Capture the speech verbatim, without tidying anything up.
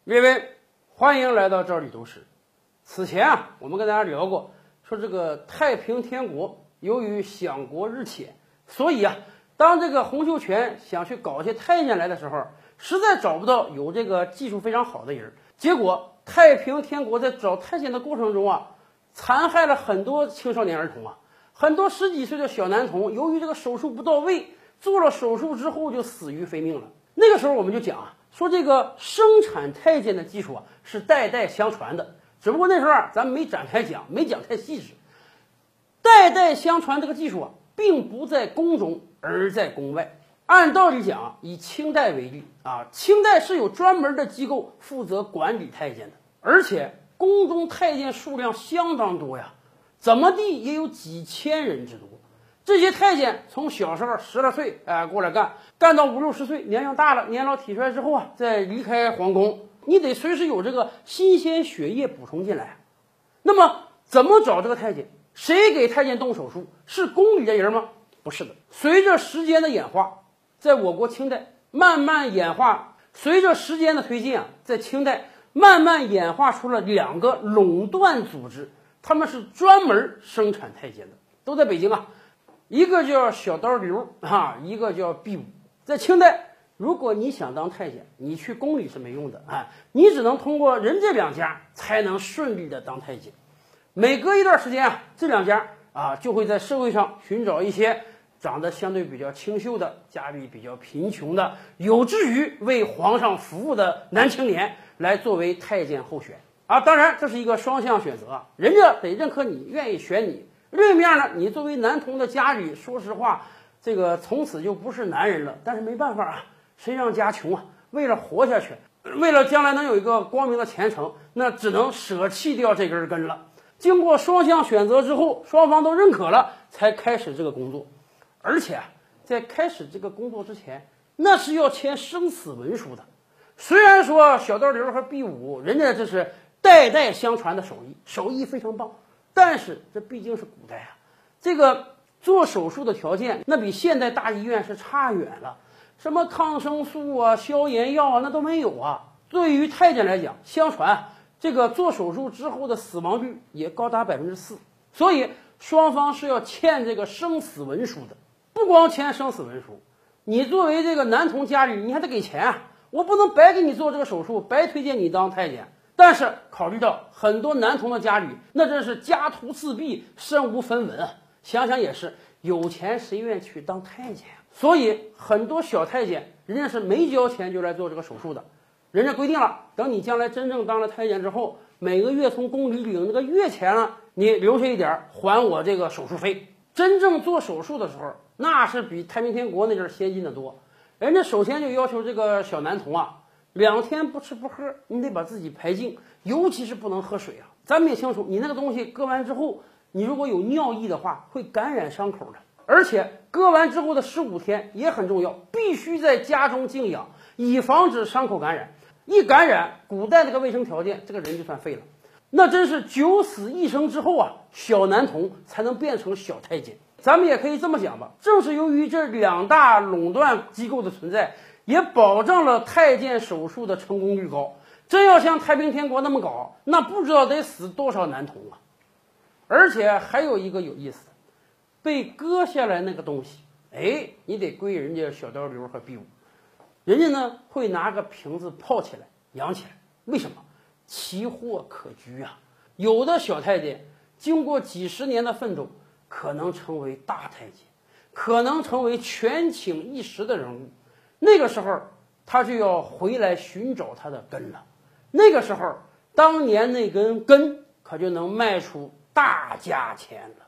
列位，欢迎来到这里读史。此前啊，我们跟大家聊过，说这个太平天国由于享国日浅，所以啊，当这个洪秀全想去搞些太监来的时候，实在找不到有这个技术非常好的人。结果太平天国在找太监的过程中啊，残害了很多青少年儿童啊，很多十几岁的小男童，由于这个手术不到位，做了手术之后就死于非命了。那个时候我们就讲啊，说这个生产太监的技术啊是代代相传的，只不过那时候啊咱们没展开讲，没讲太细致。代代相传这个技术啊，并不在宫中，而在宫外。按道理讲，以清代为例啊，清代是有专门的机构负责管理太监的，而且宫中太监数量相当多呀，怎么地也有几千人之多。这些太监从小时候十来岁，哎、呃，过来干，干到五六十岁，年龄大了，年老体衰之后啊，再离开皇宫，你得随时有这个新鲜血液补充进来。那么，怎么找这个太监？谁给太监动手术？是宫里的人吗？不是的。随着时间的演化，在我国清代慢慢演化，随着时间的推进啊，在清代慢慢演化出了两个垄断组织，他们是专门生产太监的，都在北京啊。一个叫小刀刘啊，一个叫毕武。在清代，如果你想当太监，你去宫里是没用的啊，你只能通过人这两家才能顺利的当太监。每隔一段时间啊，这两家啊就会在社会上寻找一些长得相对比较清秀的、家里比较贫穷的、有志于为皇上服务的男青年来作为太监候选啊。当然，这是一个双向选择，人家得认可你，愿意选你。另一面呢，你作为男童的家里，说实话，这个从此就不是男人了。但是没办法啊，谁让家穷啊？为了活下去，为了将来能有一个光明的前程，那只能舍弃掉这根根了。经过双向选择之后，双方都认可了，才开始这个工作。而且啊，在开始这个工作之前，那是要签生死文书的。虽然说小刀刘和毕武，人家这是代代相传的手艺，手艺非常棒。但是这毕竟是古代啊，这个做手术的条件那比现代大医院是差远了，什么抗生素啊、消炎药啊，那都没有啊。对于太监来讲，相传这个做手术之后的死亡率也高达百分之四，所以双方是要签这个生死文书的。不光签生死文书，你作为这个男童家里，你还得给钱啊，我不能白给你做这个手术，白推荐你当太监。但是考虑到很多男童的家里，那真是家徒四壁，身无分文啊！想想也是，有钱谁愿意去当太监啊？所以很多小太监，人家是没交钱就来做这个手术的。人家规定了，等你将来真正当了太监之后，每个月从宫里领那个月钱了，你留下一点还我这个手术费。真正做手术的时候，那是比太平天国那阵先进的多。人家首先就要求这个小男童啊，两天不吃不喝，你得把自己排净，尤其是不能喝水啊。咱们也清楚，你那个东西割完之后，你如果有尿液的话，会感染伤口的。而且割完之后的十五天也很重要，必须在家中静养，以防止伤口感染。一感染，古代这个卫生条件，这个人就算废了。那真是九死一生之后啊，小男童才能变成小太监。咱们也可以这么讲吧，正是由于这两大垄断机构的存在，也保证了太监手术的成功率高。真要像太平天国那么搞，那不知道得死多少男童啊！而且还有一个有意思的，被割下来那个东西，哎，你得归人家小刀刘和毕武，人家呢会拿个瓶子泡起来养起来。为什么？奇货可居啊！有的小太监经过几十年的奋斗，可能成为大太监，可能成为权倾一时的人物。那个时候，他就要回来寻找他的根了。那个时候，当年那根根可就能卖出大价钱了。